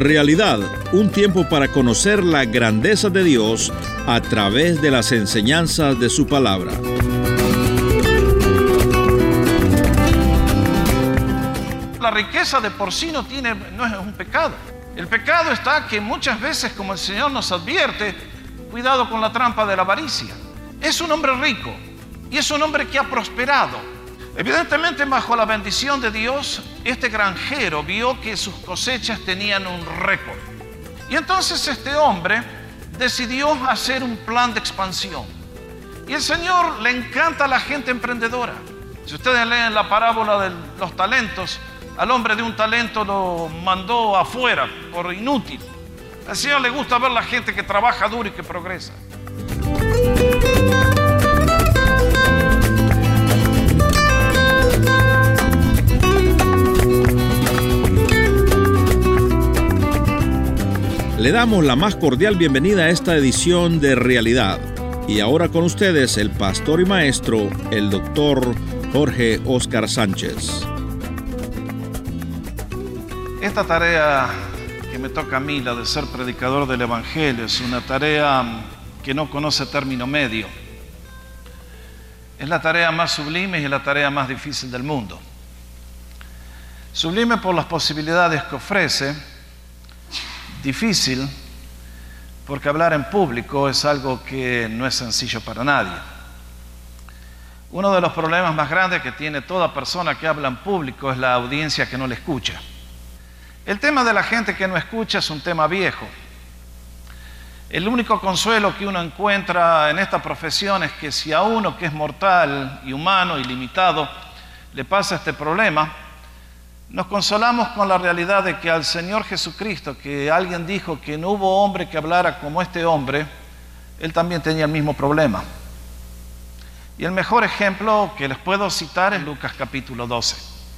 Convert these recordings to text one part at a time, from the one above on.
Realidad, un tiempo para conocer la grandeza de Dios a través de las enseñanzas de su palabra. La riqueza de por sí no es un pecado. El pecado está que muchas veces, como el Señor nos advierte, cuidado con la trampa de la avaricia. Es un hombre rico y es un hombre que ha prosperado. Evidentemente, bajo la bendición de Dios, este granjero vio que sus cosechas tenían un récord. Y entonces este hombre decidió hacer un plan de expansión. Y el Señor le encanta a la gente emprendedora. Si ustedes leen la parábola de los talentos, al hombre de un talento lo mandó afuera por inútil. Al Señor le gusta ver la gente que trabaja duro y que progresa. Le damos la más cordial bienvenida a esta edición de Realidad. Y ahora con ustedes el pastor y maestro, el doctor Jorge Óscar Sánchez. Esta tarea que me toca a mí, la de ser predicador del Evangelio, es una tarea que no conoce término medio. Es la tarea más sublime y es la tarea más difícil del mundo. Sublime por las posibilidades que ofrece, difícil porque hablar en público es algo que no es sencillo para nadie. Uno de los problemas más grandes que tiene toda persona que habla en público es la audiencia que no le escucha. El tema de la gente que no escucha es un tema viejo. El único consuelo que uno encuentra en esta profesión es que si a uno que es mortal y humano y limitado le pasa este problema, nos consolamos con la realidad de que al Señor Jesucristo, que alguien dijo que no hubo hombre que hablara como este hombre, Él también tenía el mismo problema. Y el mejor ejemplo que les puedo citar es Lucas capítulo 12.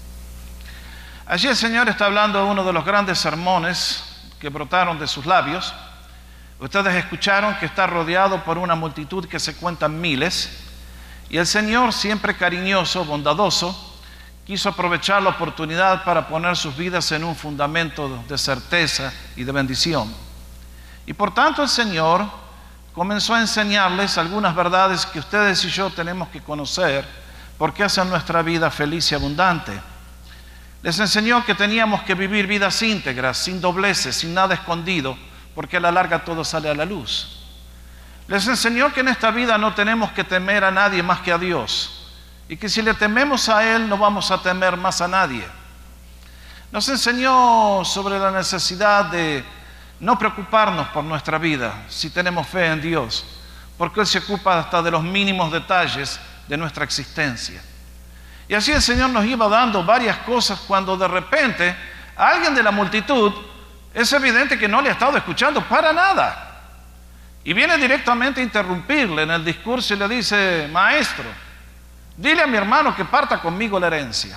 Allí el Señor está hablando de uno de los grandes sermones que brotaron de sus labios. Ustedes escucharon que está rodeado por una multitud que se cuentan miles, y el Señor, siempre cariñoso, bondadoso, quiso aprovechar la oportunidad para poner sus vidas en un fundamento de certeza y de bendición. Y por tanto el Señor comenzó a enseñarles algunas verdades que ustedes y yo tenemos que conocer porque hacen nuestra vida feliz y abundante. Les enseñó que teníamos que vivir vidas íntegras, sin dobleces, sin nada escondido, porque a la larga todo sale a la luz. Les enseñó que en esta vida no tenemos que temer a nadie más que a Dios, y que si le tememos a Él no vamos a temer más a nadie. Nos enseñó sobre la necesidad de no preocuparnos por nuestra vida si tenemos fe en Dios, porque Él se ocupa hasta de los mínimos detalles de nuestra existencia. Y así el Señor nos iba dando varias cosas cuando de repente a alguien de la multitud es evidente que no le ha estado escuchando para nada. Y viene directamente a interrumpirle en el discurso y le dice: maestro, dile a mi hermano que parta conmigo la herencia.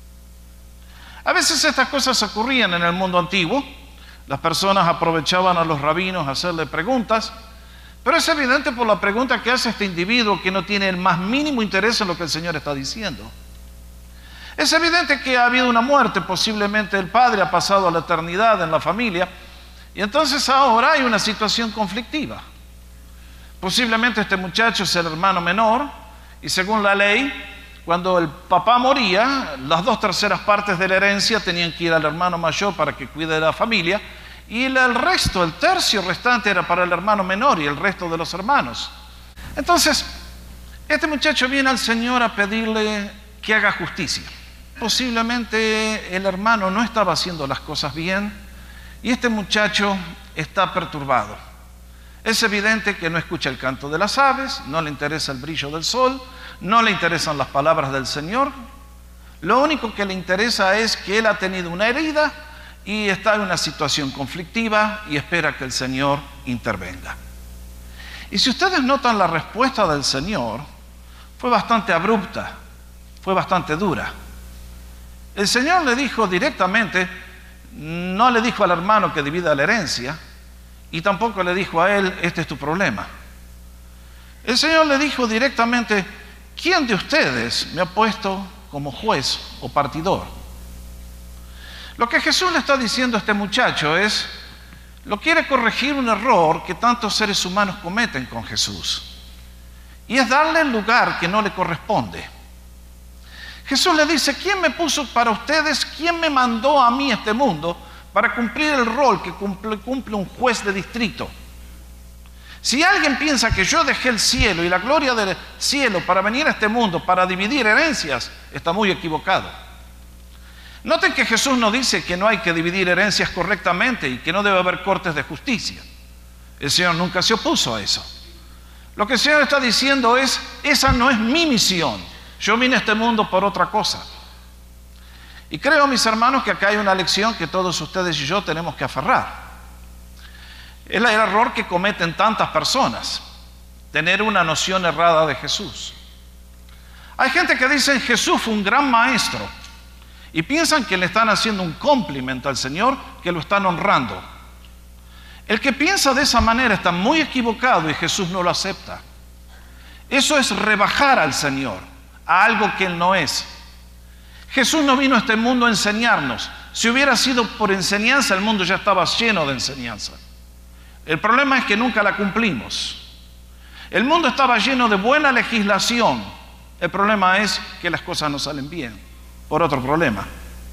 A veces estas cosas ocurrían en el mundo antiguo. Las personas aprovechaban a los rabinos a hacerle preguntas, pero es evidente por la pregunta que hace este individuo que no tiene el más mínimo interés en lo que el Señor está diciendo. Es evidente que ha habido una muerte, posiblemente el padre ha pasado a la eternidad en la familia, y entonces ahora hay una situación conflictiva. Posiblemente este muchacho es el hermano menor, y según la ley, cuando el papá moría, las 2/3 partes de la herencia tenían que ir al hermano mayor para que cuide de la familia, y el resto, el tercio restante, era para el hermano menor y el resto de los hermanos. Entonces, este muchacho viene al Señor a pedirle que haga justicia. Posiblemente el hermano no estaba haciendo las cosas bien y este muchacho está perturbado. Es evidente que no escucha el canto de las aves, no le interesa el brillo del sol, no le interesan las palabras del Señor. Lo único que le interesa es que él ha tenido una herida y está en una situación conflictiva y espera que el Señor intervenga. Y si ustedes notan, la respuesta del Señor fue bastante abrupta, fue bastante dura. El Señor le dijo directamente, no le dijo al hermano que divida la herencia, y tampoco le dijo a él: este es tu problema. El Señor le dijo directamente: ¿quién de ustedes me ha puesto como juez o partidor? Lo que Jesús le está diciendo a este muchacho es: lo quiere corregir un error que tantos seres humanos cometen con Jesús. Y es darle el lugar que no le corresponde. Jesús le dice, ¿quién me puso para ustedes? ¿Quién me mandó a mí a este mundo para cumplir el rol que cumple un juez de distrito? Si alguien piensa que yo dejé el cielo y la gloria del cielo para venir a este mundo, para dividir herencias, está muy equivocado. Noten que Jesús no dice que no hay que dividir herencias correctamente y que no debe haber cortes de justicia. El Señor nunca se opuso a eso. Lo que el Señor está diciendo es, esa no es mi misión. Yo vine a este mundo por otra cosa. Y creo, mis hermanos, que acá hay una lección que todos ustedes y yo tenemos que aferrar. Es el error que cometen tantas personas, tener una noción errada de Jesús. Hay gente que dice, Jesús fue un gran maestro, y piensan que le están haciendo un complemento al Señor, que lo están honrando. El que piensa de esa manera está muy equivocado y Jesús no lo acepta. Eso es rebajar al Señor a algo que Él no es. Jesús no vino a este mundo a enseñarnos. Si hubiera sido por enseñanza, el mundo ya estaba lleno de enseñanza. El problema es que nunca la cumplimos. El mundo estaba lleno de buena legislación. El problema es que las cosas no salen bien, por otro problema.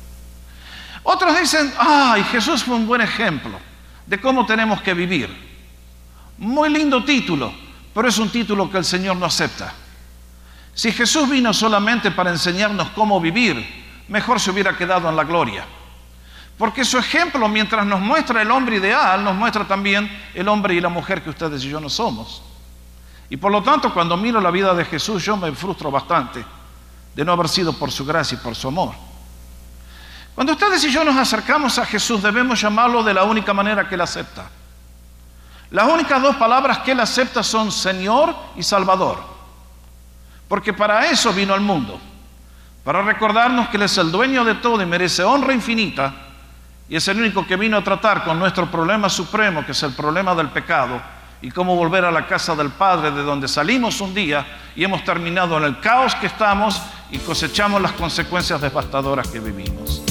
Otros dicen, ay, Jesús fue un buen ejemplo de cómo tenemos que vivir. Muy lindo título, pero es un título que el Señor no acepta. Si Jesús vino solamente para enseñarnos cómo vivir, mejor se hubiera quedado en la gloria. Porque su ejemplo, mientras nos muestra el hombre ideal, nos muestra también el hombre y la mujer que ustedes y yo no somos. Y por lo tanto, cuando miro la vida de Jesús, yo me frustro bastante de no haber sido por su gracia y por su amor. Cuando ustedes y yo nos acercamos a Jesús, debemos llamarlo de la única manera que Él acepta. Las únicas dos palabras que Él acepta son Señor y Salvador. Porque para eso vino al mundo. Para recordarnos que Él es el dueño de todo y merece honra infinita. Y es el único que vino a tratar con nuestro problema supremo, que es el problema del pecado, y cómo volver a la casa del Padre, de donde salimos un día y hemos terminado en el caos que estamos y cosechamos las consecuencias devastadoras que vivimos.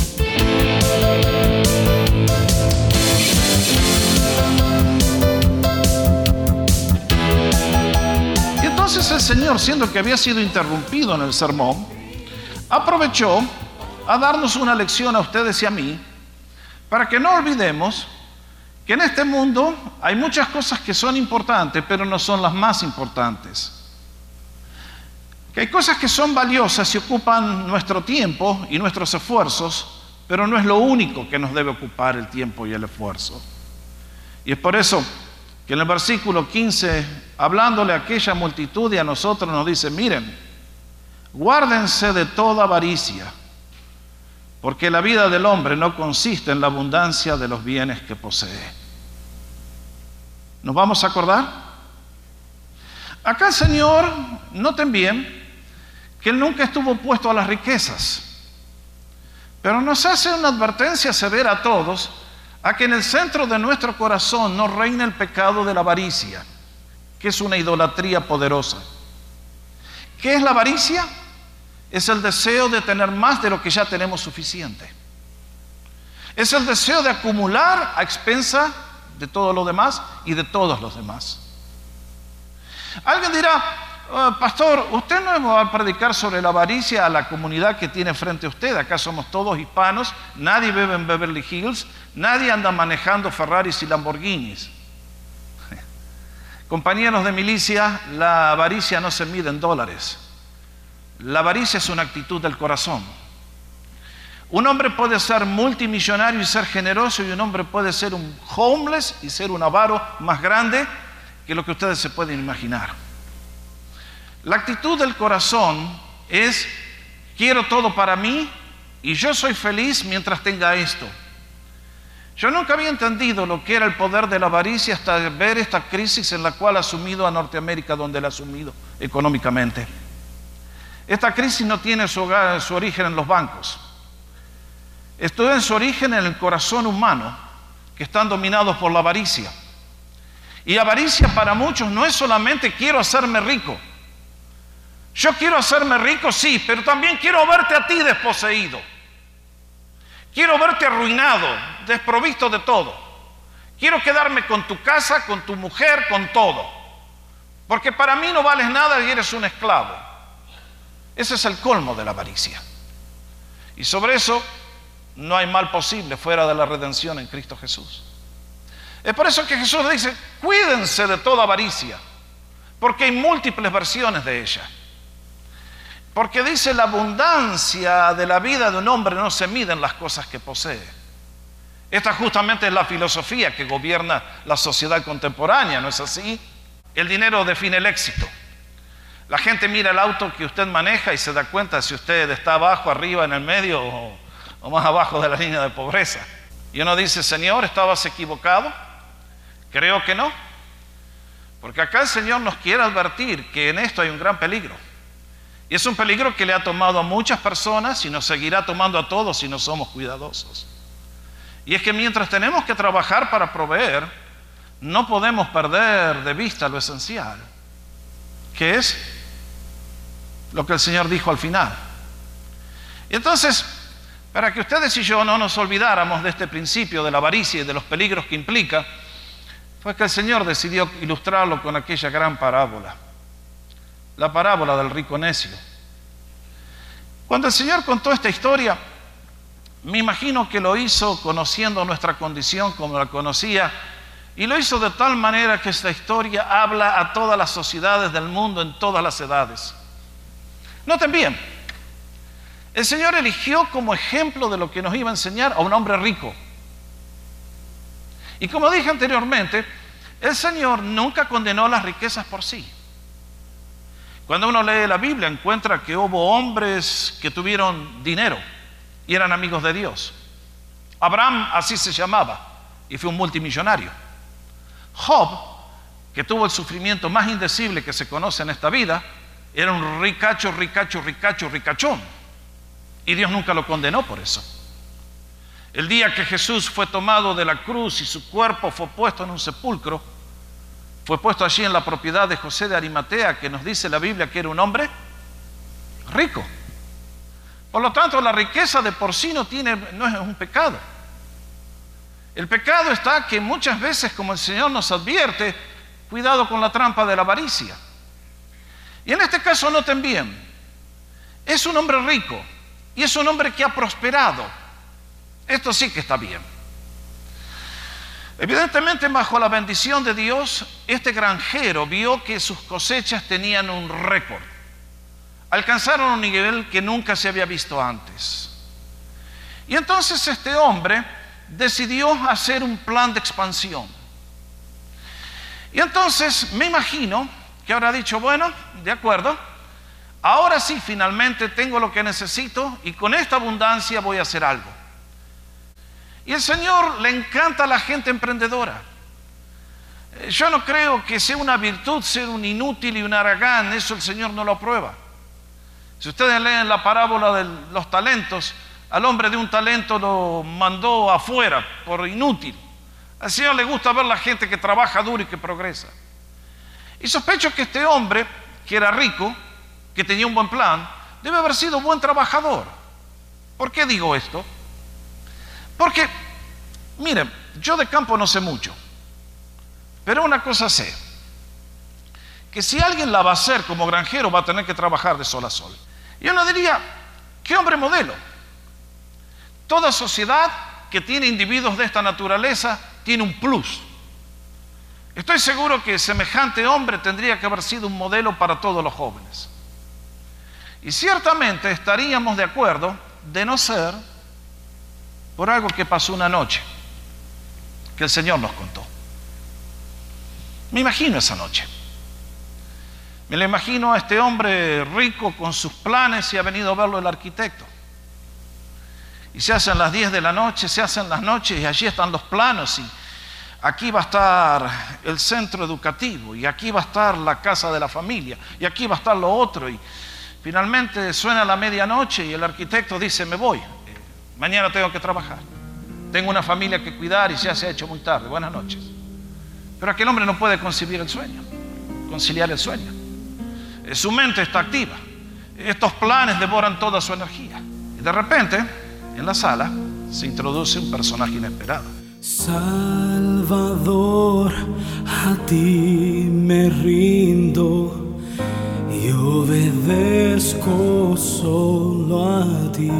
Y entonces el Señor, siendo que había sido interrumpido en el sermón, aprovechó a darnos una lección a ustedes y a mí, para que no olvidemos que en este mundo hay muchas cosas que son importantes, pero no son las más importantes. Que hay cosas que son valiosas y ocupan nuestro tiempo y nuestros esfuerzos, pero no es lo único que nos debe ocupar el tiempo y el esfuerzo. Y es por eso que en el versículo 15, hablándole a aquella multitud y a nosotros, nos dice, miren, guárdense de toda avaricia, porque la vida del hombre no consiste en la abundancia de los bienes que posee. ¿Nos vamos a acordar? Acá el Señor, noten bien, que Él nunca estuvo opuesto a las riquezas, pero nos hace una advertencia severa a todos, a que en el centro de nuestro corazón no reina el pecado de la avaricia, que es una idolatría poderosa. ¿Qué es la avaricia? Es el deseo de tener más de lo que ya tenemos suficiente. Es el deseo de acumular a expensa de todo lo demás y de todos los demás. Alguien dirá, pastor, usted no va a predicar sobre la avaricia a la comunidad que tiene frente a usted. Acá somos todos hispanos, nadie vive en Beverly Hills, nadie anda manejando Ferraris y Lamborghinis. Compañeros de milicia, la avaricia no se mide en dólares. La avaricia es una actitud del corazón. Un hombre puede ser multimillonario y ser generoso, y un hombre puede ser un homeless y ser un avaro más grande que lo que ustedes se pueden imaginar. La actitud del corazón es, quiero todo para mí y yo soy feliz mientras tenga esto. Yo nunca había entendido lo que era el poder de la avaricia hasta ver esta crisis en la cual ha sumido a Norteamérica, donde la ha sumido económicamente. Esta crisis no tiene su origen en los bancos. Esto es su origen en el corazón humano, que están dominados por la avaricia. Y avaricia para muchos no es solamente quiero hacerme rico. Yo quiero hacerme rico, sí, pero también quiero verte a ti desposeído. Quiero verte arruinado, desprovisto de todo. Quiero quedarme con tu casa, con tu mujer, con todo. Porque para mí no vales nada y eres un esclavo. Ese es el colmo de la avaricia. Y sobre eso no hay mal posible fuera de la redención en Cristo Jesús. Es por eso que Jesús dice, cuídense de toda avaricia, porque hay múltiples versiones de ella. Porque dice, la abundancia de la vida de un hombre no se mide en las cosas que posee. Esta justamente es la filosofía que gobierna la sociedad contemporánea, ¿no es así? El dinero define el éxito. La gente mira el auto que usted maneja y se da cuenta si usted está abajo, arriba, en el medio o más abajo de la línea de pobreza. Y uno dice, Señor, ¿estabas equivocado? Creo que no. Porque acá el Señor nos quiere advertir que en esto hay un gran peligro. Y es un peligro que le ha tomado a muchas personas y nos seguirá tomando a todos si no somos cuidadosos. Y es que mientras tenemos que trabajar para proveer, no podemos perder de vista lo esencial, que es lo que el Señor dijo al final. Y entonces, para que ustedes y yo no nos olvidáramos de este principio de la avaricia y de los peligros que implica, fue que el Señor decidió ilustrarlo con aquella gran parábola, la parábola del rico necio. Cuando el Señor contó esta historia, me imagino que lo hizo conociendo nuestra condición como la conocía, y lo hizo de tal manera que esta historia habla a todas las sociedades del mundo en todas las edades. Noten bien, el Señor eligió como ejemplo de lo que nos iba a enseñar a un hombre rico. Y como dije anteriormente, el Señor nunca condenó las riquezas por sí. Cuando uno lee la Biblia encuentra que hubo hombres que tuvieron dinero y eran amigos de Dios. Abraham así se llamaba y fue un multimillonario. Job, que tuvo el sufrimiento más indecible que se conoce en esta vida, era un ricachón. Y Dios nunca lo condenó por eso. El día que Jesús fue tomado de la cruz y su cuerpo fue puesto en un sepulcro, fue puesto allí en la propiedad de José de Arimatea, que nos dice la Biblia que era un hombre rico. Por lo tanto, la riqueza de por sí no es un pecado. El pecado está que muchas veces, como el Señor nos advierte, cuidado con la trampa de la avaricia. Y en este caso, noten bien, es un hombre rico y es un hombre que ha prosperado. Esto sí que está bien. Evidentemente, bajo la bendición de Dios, este granjero vio que sus cosechas tenían un récord. Alcanzaron un nivel que nunca se había visto antes. Y entonces este hombre decidió hacer un plan de expansión. Y entonces me imagino que habrá dicho, bueno, de acuerdo, ahora sí finalmente tengo lo que necesito y con esta abundancia voy a hacer algo. Y el Señor le encanta a la gente emprendedora. Yo no creo que sea una virtud ser un inútil y un haragán, eso el Señor no lo aprueba. Si ustedes leen la parábola de los talentos, al hombre de un talento lo mandó afuera por inútil. Al Señor le gusta ver la gente que trabaja duro y que progresa. Y sospecho que este hombre, que era rico, que tenía un buen plan, debe haber sido un buen trabajador. ¿Por qué digo esto? Porque, miren, yo de campo no sé mucho, pero una cosa sé, que si alguien la va a hacer como granjero va a tener que trabajar de sol a sol. Y uno diría, ¿qué hombre modelo? Toda sociedad que tiene individuos de esta naturaleza tiene un plus. Estoy seguro que semejante hombre tendría que haber sido un modelo para todos los jóvenes. Y ciertamente estaríamos de acuerdo de no ser por algo que pasó una noche, que el Señor nos contó. Me imagino esa noche. Me lo imagino a este hombre rico con sus planes y ha venido a verlo el arquitecto. Y se hacen las 10 de la noche, se hacen las noches y allí están los planos y aquí va a estar el centro educativo y aquí va a estar la casa de la familia y aquí va a estar lo otro y finalmente suena la medianoche y el arquitecto dice, me voy. Mañana tengo que trabajar. Tengo una familia que cuidar y ya se ha hecho muy tarde. Buenas noches. Pero aquel hombre no puede conciliar el sueño. Su mente está activa. Estos planes devoran toda su energía. Y de repente, en la sala, se introduce un personaje inesperado. Salvador, a ti me rindo y obedezco solo a ti.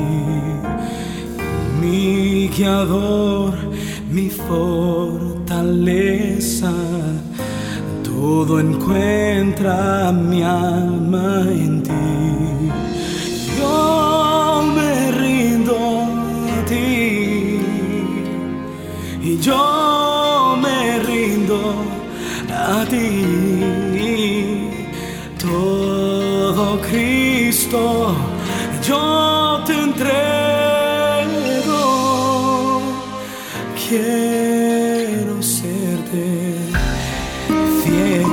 Mi guiador, mi fortaleza, todo encuentra mi alma en ti. Yo me rindo a ti y yo me rindo a ti. Todo Cristo yo te entrego. Quiero serte fiel.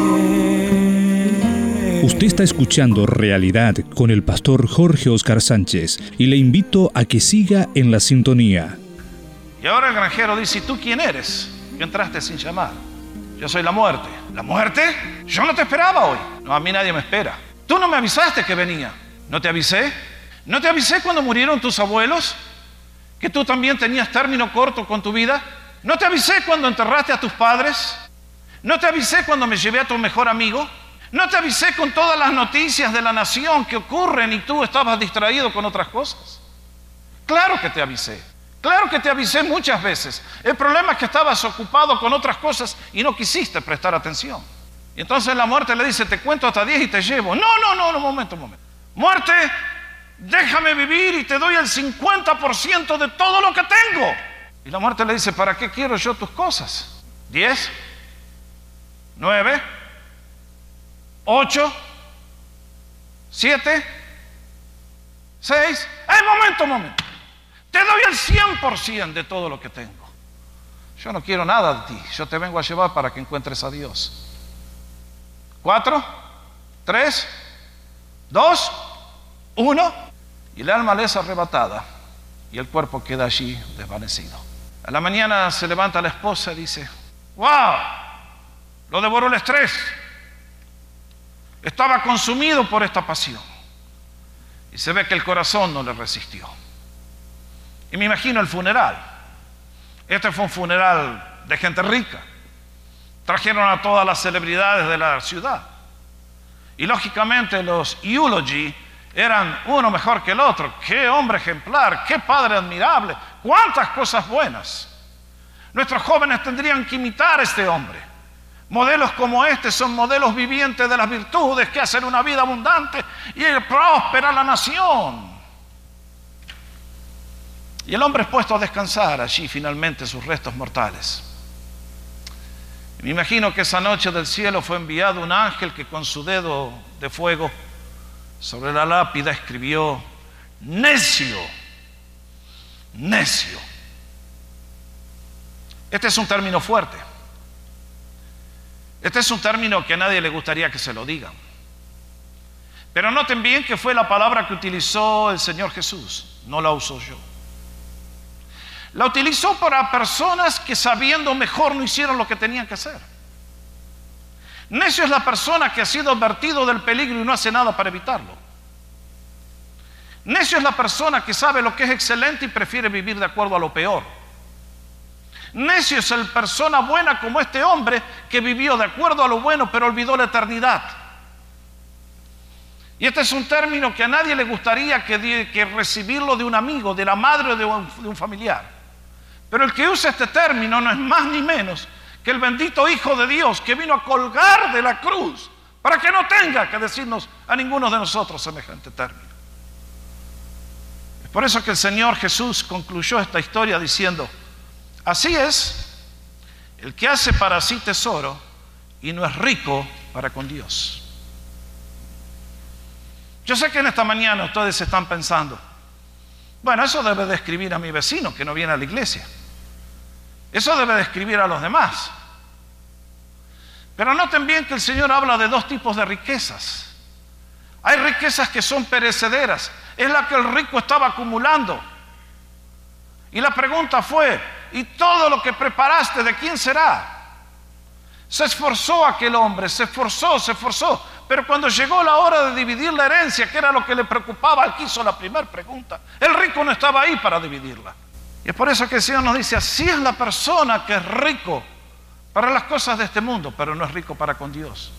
Usted está escuchando Realidad con el pastor Jorge Óscar Sánchez y le invito a que siga en la sintonía. Y ahora el granjero dice: ¿y tú quién eres? Que entraste sin llamar. Yo soy la muerte. ¿La muerte? Yo no te esperaba hoy. No, a mí nadie me espera. Tú no me avisaste que venía. ¿No te avisé? ¿No te avisé cuando murieron tus abuelos? ¿Que tú también tenías término corto con tu vida? ¿No te avisé cuando enterraste a tus padres? ¿No te avisé cuando me llevé a tu mejor amigo? ¿No te avisé con todas las noticias de la nación que ocurren y tú estabas distraído con otras cosas? Claro que te avisé. Claro que te avisé muchas veces. El problema es que estabas ocupado con otras cosas y no quisiste prestar atención. Y entonces la muerte le dice: te cuento hasta 10 y te llevo. No, momento. Muerte, déjame vivir y te doy el 50% de todo lo que tengo. Y la muerte le dice: ¿para qué quiero yo tus cosas? 10, 9, 8, 7, 6. Momento. Te doy el 100% de todo lo que tengo. Yo no quiero nada de ti. Yo te vengo a llevar para que encuentres a Dios. 4, 3, 2, 1. Y el alma le es arrebatada y el cuerpo queda allí desvanecido. A la mañana se levanta la esposa y dice: ¡wow! Lo devoró el estrés. Estaba consumido por esta pasión. Y se ve que el corazón no le resistió. Y me imagino el funeral. Este fue un funeral de gente rica. Trajeron a todas las celebridades de la ciudad. Y lógicamente los eulogy eran uno mejor que el otro. ¡Qué hombre ejemplar! ¡Qué padre admirable! ¡Cuántas cosas buenas! Nuestros jóvenes tendrían que imitar a este hombre. Modelos como este son modelos vivientes de las virtudes que hacen una vida abundante y próspera la nación. Y el hombre es puesto a descansar allí finalmente sus restos mortales. Y me imagino que esa noche del cielo fue enviado un ángel que con su dedo de fuego sobre la lápida escribió: necio, necio. Este es un término fuerte. Este es un término que a nadie le gustaría que se lo digan. Pero noten bien que fue la palabra que utilizó el Señor Jesús, no la uso yo. La utilizó para personas que sabiendo mejor no hicieron lo que tenían que hacer. Necio es la persona que ha sido advertido del peligro y no hace nada para evitarlo. Necio es la persona que sabe lo que es excelente y prefiere vivir de acuerdo a lo peor. Necio es la persona buena como este hombre que vivió de acuerdo a lo bueno pero olvidó la eternidad. Y este es un término que a nadie le gustaría que recibirlo de un amigo, de la madre o de un familiar. Pero el que usa este término no es más ni menos que el bendito Hijo de Dios que vino a colgar de la cruz para que no tenga que decirnos a ninguno de nosotros semejante término. Es por eso que el Señor Jesús concluyó esta historia diciendo: así es el que hace para sí tesoro y no es rico para con Dios. Yo sé que en esta mañana ustedes están pensando: bueno, eso debe describir a mi vecino que no viene a la iglesia. Eso debe describir a los demás. Pero noten bien que el Señor habla de dos tipos de riquezas. Hay riquezas que son perecederas. Es la que el rico estaba acumulando. Y la pregunta fue: ¿y todo lo que preparaste de quién será? Se esforzó aquel hombre, se esforzó. Pero cuando llegó la hora de dividir la herencia, que era lo que le preocupaba al que hizo la primera pregunta, el rico no estaba ahí para dividirla. Y es por eso que el Señor nos dice, así es la persona que es rico para las cosas de este mundo, pero no es rico para con Dios.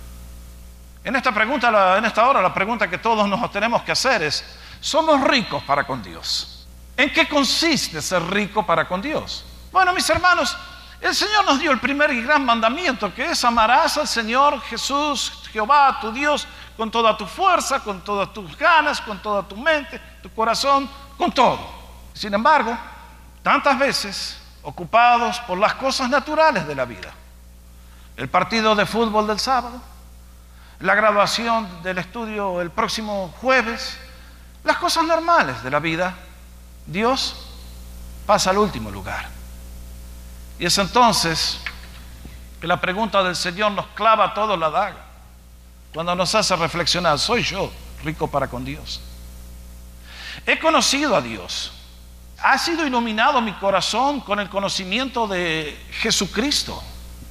En esta hora, la pregunta que todos nos tenemos que hacer es, ¿somos ricos para con Dios? ¿En qué consiste ser rico para con Dios? Bueno, mis hermanos, el Señor nos dio el primer y gran mandamiento, que es amarás al Señor Jesús, Jehová, tu Dios, con toda tu fuerza, con todas tus ganas, con toda tu mente, tu corazón, con todo. Sin embargo, tantas veces ocupados por las cosas naturales de la vida, el partido de fútbol del sábado, la graduación del estudio el próximo jueves, las cosas normales de la vida, Dios pasa al último lugar. Y es entonces que la pregunta del Señor nos clava a todos la daga, cuando nos hace reflexionar, ¿soy yo rico para con Dios? He conocido a Dios. Ha sido iluminado mi corazón con el conocimiento de Jesucristo.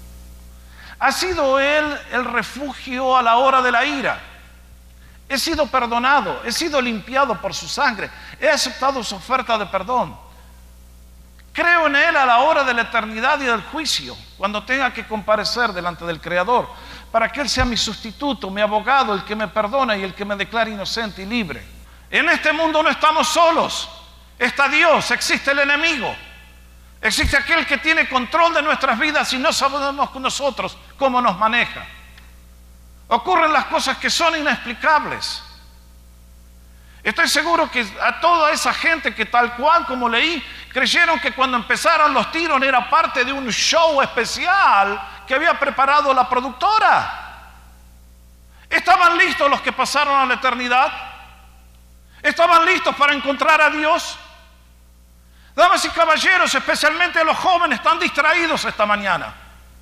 Ha sido Él el refugio a la hora de la ira. He sido perdonado, he sido limpiado por su sangre, he aceptado su oferta de perdón. Creo en Él a la hora de la eternidad y del juicio, cuando tenga que comparecer delante del Creador, para que Él sea mi sustituto, mi abogado, el que me perdona y el que me declara inocente y libre. En este mundo no estamos solos. Está Dios, existe el enemigo, existe aquel que tiene control de nuestras vidas y no sabemos nosotros cómo nos maneja. Ocurren las cosas que son inexplicables. Estoy seguro que a toda esa gente que tal cual como leí, creyeron que cuando empezaron los tiros era parte de un show especial que había preparado la productora. ¿Estaban listos los que pasaron a la eternidad? ¿Estaban listos para encontrar a Dios? Damas y caballeros, especialmente los jóvenes, están distraídos esta mañana.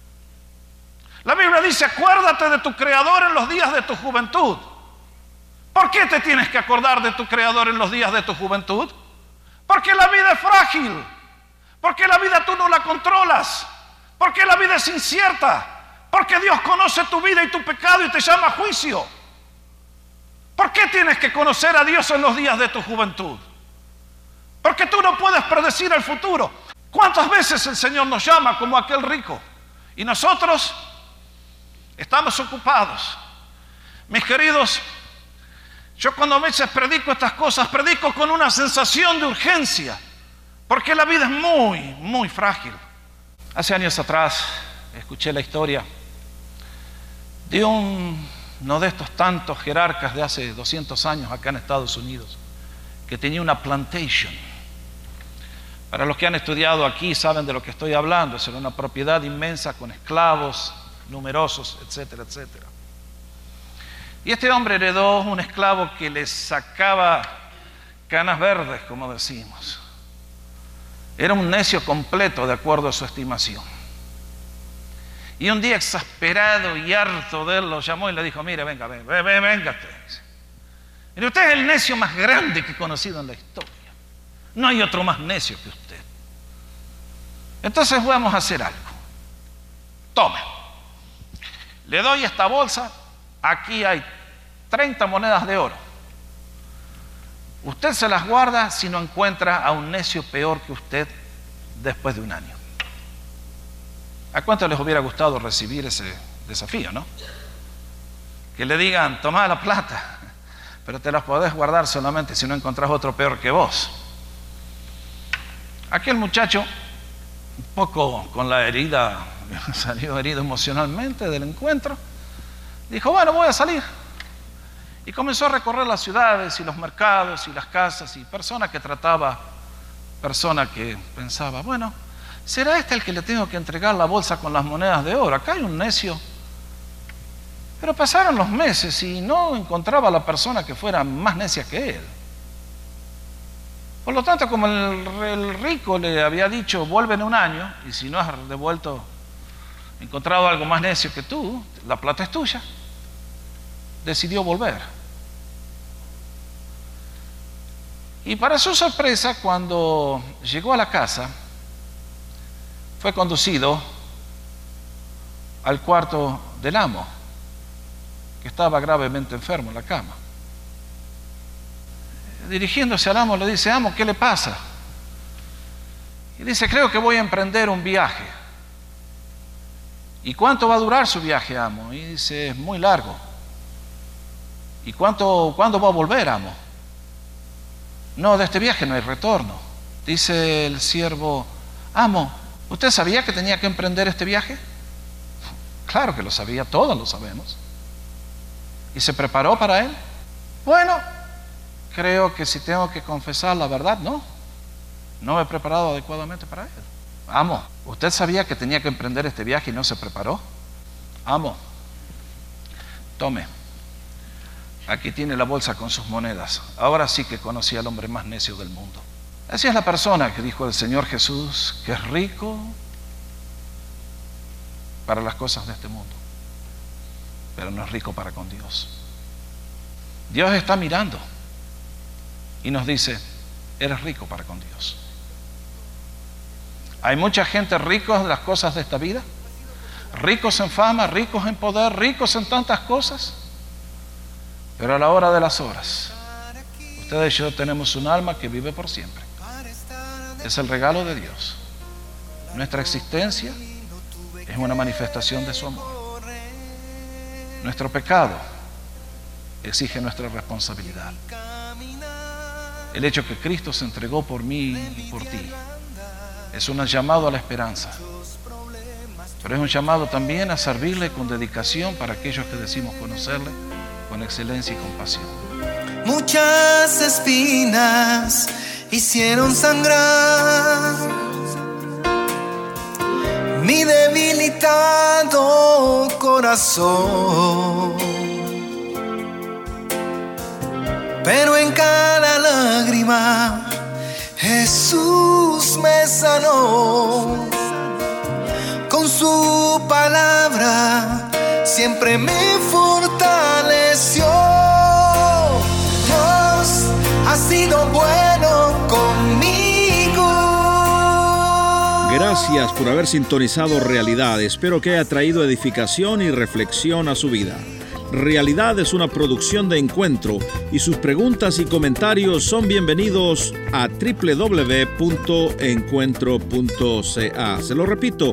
La Biblia dice, acuérdate de tu Creador en los días de tu juventud. ¿Por qué te tienes que acordar de tu Creador en los días de tu juventud? Porque la vida es frágil. Porque la vida tú no la controlas. Porque la vida es incierta. Porque Dios conoce tu vida y tu pecado y te llama a juicio. ¿Por qué tienes que conocer a Dios en los días de tu juventud? Porque tú no puedes predecir el futuro. ¿Cuántas veces el Señor nos llama como aquel rico? Y nosotros estamos ocupados. Mis queridos, yo cuando a veces predico estas cosas, predico con una sensación de urgencia, porque la vida es muy, muy frágil. Hace años atrás escuché la historia de uno de estos tantos jerarcas de hace 200 años acá en Estados Unidos, que tenía una plantation. Para los que han estudiado aquí saben de lo que estoy hablando. Era una propiedad inmensa con esclavos numerosos, etcétera, etcétera. Y este hombre heredó un esclavo que le sacaba canas verdes, como decimos. Era un necio completo, de acuerdo a su estimación. Y un día, exasperado y harto de él, lo llamó y le dijo, mire, venga usted. Mire, usted es el necio más grande que he conocido en la historia. No hay otro más necio que usted. Entonces vamos a hacer algo. Tome. Le doy esta bolsa. Aquí hay 30 monedas de oro. Usted se las guarda si no encuentra a un necio peor que usted después de un año. ¿A cuánto les hubiera gustado recibir ese desafío, no? Que le digan, toma la plata, pero te las podés guardar solamente si no encontrás otro peor que vos. Aquel muchacho, un poco con la herida, salió herido emocionalmente del encuentro, dijo, bueno, voy a salir. Y comenzó a recorrer las ciudades y los mercados y las casas y persona que pensaba, bueno, ¿será este el que le tengo que entregar la bolsa con las monedas de oro? Acá hay un necio. Pero pasaron los meses y no encontraba a la persona que fuera más necia que él. Por lo tanto, como el rico le había dicho, vuelve en un año, y si no has encontrado algo más necio que tú, la plata es tuya, decidió volver. Y para su sorpresa, cuando llegó a la casa, fue conducido al cuarto del amo, que estaba gravemente enfermo en la cama. Dirigiéndose al amo le dice, amo, ¿qué le pasa? Y dice, creo que voy a emprender un viaje. ¿Y cuánto va a durar su viaje, amo? Y dice, es muy largo. ¿Y cuándo va a volver, amo? No, de este viaje no hay retorno. Dice el siervo, amo, ¿usted sabía que tenía que emprender este viaje? Claro que lo sabía, todos lo sabemos. ¿Y se preparó para él? Bueno, creo que si tengo que confesar la verdad, no me he preparado adecuadamente para él. Amo, ¿usted sabía que tenía que emprender este viaje y no se preparó? Amo, tome, aquí tiene la bolsa con sus monedas. Ahora sí que conocí al hombre más necio del mundo. Así es la persona que dijo el Señor Jesús, que es rico para las cosas de este mundo, pero no es rico para con Dios. Dios está mirando y nos dice, eres rico para con Dios. Hay mucha gente rica de las cosas de esta vida, ricos en fama, ricos en poder, ricos en tantas cosas, pero a la hora de las horas, ustedes y yo tenemos un alma que vive por siempre. Es el regalo de Dios. Nuestra existencia es una manifestación de su amor. Nuestro pecado exige nuestra responsabilidad. El hecho que Cristo se entregó por mí y por ti es un llamado a la esperanza, pero es un llamado también a servirle con dedicación para aquellos que decimos conocerle con excelencia y compasión. Muchas espinas hicieron sangrar mi debilitado corazón, pero en cada lágrima Jesús me sanó. Con su palabra siempre me fortaleció. Dios ha sido bueno conmigo. Gracias por haber sintonizado Realidad. Espero que haya traído edificación y reflexión a su vida. Realidad es una producción de Encuentro y sus preguntas y comentarios son bienvenidos a www.encuentro.ca. Se lo repito,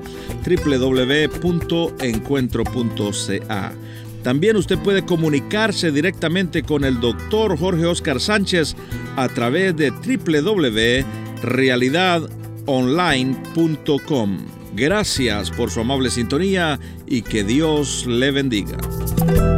www.encuentro.ca. También usted puede comunicarse directamente con el Dr. Jorge Óscar Sánchez a través de www.realidadonline.com. Gracias por su amable sintonía y que Dios le bendiga.